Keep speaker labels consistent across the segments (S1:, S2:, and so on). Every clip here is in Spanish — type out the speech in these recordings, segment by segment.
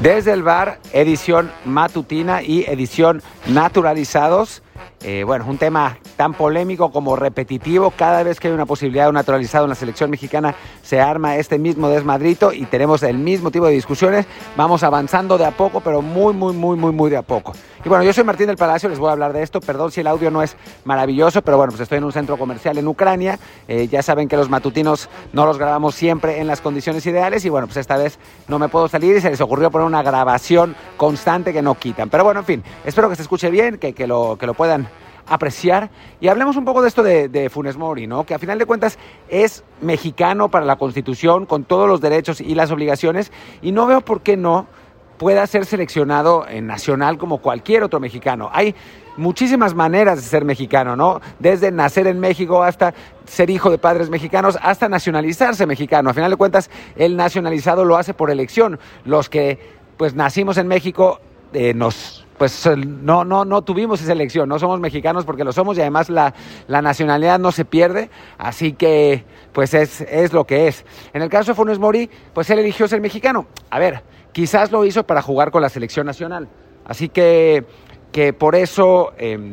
S1: Desde el bar, edición matutina y edición naturalizados. Un tema tan polémico como repetitivo. Cada vez que hay una posibilidad de un naturalizado en la selección mexicana se arma este mismo desmadrito y tenemos el mismo tipo de discusiones. Vamos avanzando de a poco, pero muy de a poco. Y bueno, yo soy Martín del Palacio, les voy a hablar de esto. Perdón si el audio no es maravilloso, pero bueno, pues estoy en un centro comercial en Ucrania. Ya saben que los matutinos no los grabamos siempre en las condiciones ideales y bueno, pues esta vez no me puedo salir y se les ocurrió poner una grabación constante que no quitan. Pero bueno, en fin, espero que se escuche bien, que lo puedan apreciar. Y hablemos un poco de esto de Funes Mori, ¿no? Que a final de cuentas es mexicano para la Constitución, con todos los derechos y las obligaciones, y no veo por qué no pueda ser seleccionado en nacional como cualquier otro mexicano. Hay muchísimas maneras de ser mexicano, ¿no? Desde nacer en México hasta ser hijo de padres mexicanos, hasta nacionalizarse mexicano. A final de cuentas, el nacionalizado lo hace por elección. Los que pues nacimos en México no tuvimos esa elección, no somos mexicanos porque lo somos y además la nacionalidad no se pierde, así que pues es lo que es. En el caso de Funes Mori, pues él eligió ser mexicano. A ver, quizás lo hizo para jugar con la selección nacional, así que por eso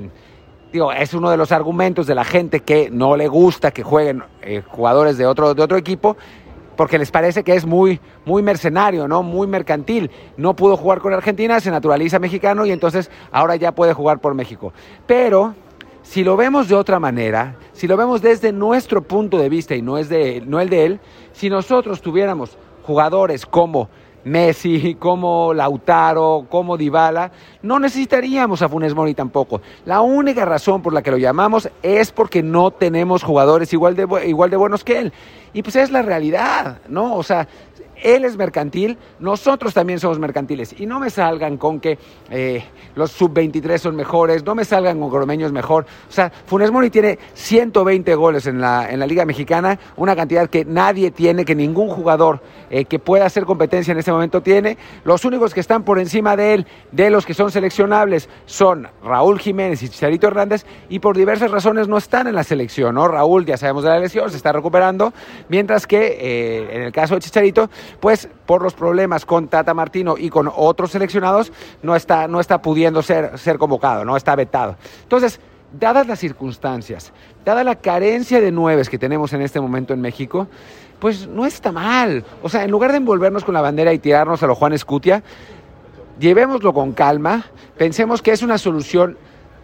S1: es uno de los argumentos de la gente que no le gusta que jueguen jugadores de otro equipo, porque les parece que es muy mercenario, ¿no? Muy mercantil. No pudo jugar con Argentina, se naturaliza mexicano y entonces ahora ya puede jugar por México. Pero si lo vemos de otra manera, si lo vemos desde nuestro punto de vista y no el de él, si nosotros tuviéramos jugadores como Messi, como Lautaro, como Dybala, no necesitaríamos a Funes Mori tampoco. La única razón por la que lo llamamos es porque no tenemos jugadores igual de buenos que él. Y pues es la realidad, ¿no? O sea, él es mercantil, nosotros también somos mercantiles. Y no me salgan con que los sub-23 son mejores, no me salgan con que Ormeño es mejor. O sea, Funes Mori tiene 120 goles en la Liga Mexicana, una cantidad que nadie tiene, que ningún jugador que pueda hacer competencia en este momento tiene. Los únicos que están por encima de él, de los que son seleccionables, son Raúl Jiménez y Chicharito Hernández, y por diversas razones no están en la selección, ¿no? Raúl, ya sabemos de la lesión, se está recuperando, mientras que en el caso de Chicharito, pues por los problemas con Tata Martino y con otros seleccionados, no está pudiendo ser convocado, no está vetado. Entonces, dadas las circunstancias, dada la carencia de nueves que tenemos en este momento en México, pues no está mal. O sea, en lugar de envolvernos con la bandera y tirarnos a lo Juan Escutia, llevémoslo con calma, pensemos que es una solución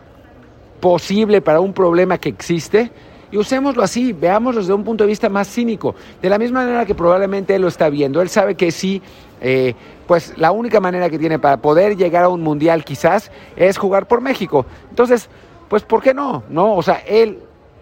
S1: posible para un problema que existe, y usémoslo así, veámoslo desde un punto de vista más cínico, de la misma manera que probablemente él lo está viendo. Él sabe que sí, pues la única manera que tiene para poder llegar a un mundial quizás es jugar por México. Entonces, pues ¿por qué no? ¿No? O sea, él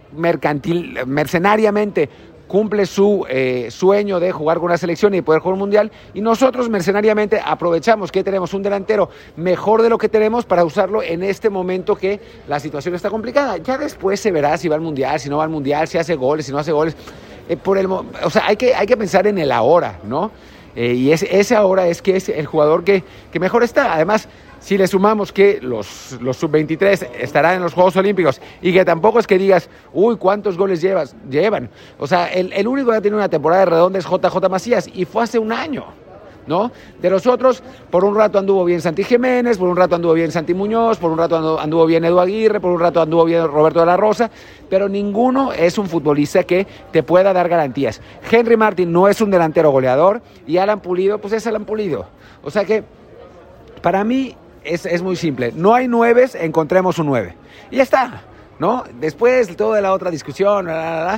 S1: mercenariamente cumple su sueño de jugar con una selección y poder jugar un mundial, y nosotros mercenariamente aprovechamos que tenemos un delantero mejor de lo que tenemos para usarlo en este momento que la situación está complicada. Ya después se verá si va al mundial, si no va al mundial, si hace goles, si no hace goles. O sea, hay que pensar en el ahora, ¿no? Y ese ahora es que es el jugador que mejor está. Además, si le sumamos que los sub-23 estarán en los Juegos Olímpicos y que tampoco es que digas, uy, ¿cuántos goles llevan? O sea, el único que ha tenido una temporada redonda es JJ Macías y fue hace un año, ¿no? De los otros, por un rato anduvo bien Santi Jiménez, por un rato anduvo bien Santi Muñoz, por un rato anduvo bien Edu Aguirre, por un rato anduvo bien Roberto de la Rosa, pero ninguno es un futbolista que te pueda dar garantías. Henry Martin no es un delantero goleador y Alan Pulido, pues es Alan Pulido. O sea que, para mí, es muy simple. No hay nueves, encontremos un 9. Y ya está, ¿no? Después, toda la otra discusión,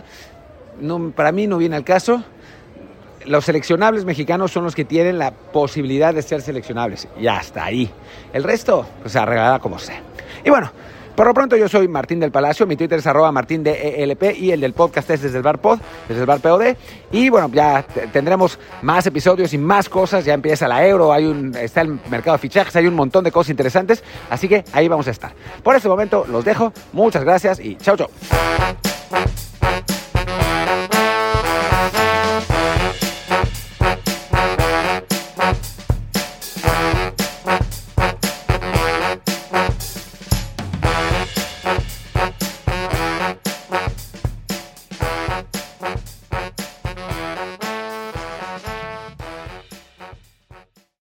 S1: no, para mí no viene al caso. Los seleccionables mexicanos son los que tienen la posibilidad de ser seleccionables. Y hasta ahí. El resto, pues se arreglará como sea. Y bueno, por lo pronto yo soy Martín del Palacio, mi Twitter es @martindelp y el del podcast es desde el bar pod, desde el bar POD. Y bueno, ya tendremos más episodios y más cosas, ya empieza la Euro, está el mercado de fichajes, hay un montón de cosas interesantes, así que ahí vamos a estar. Por este momento los dejo, muchas gracias y chao.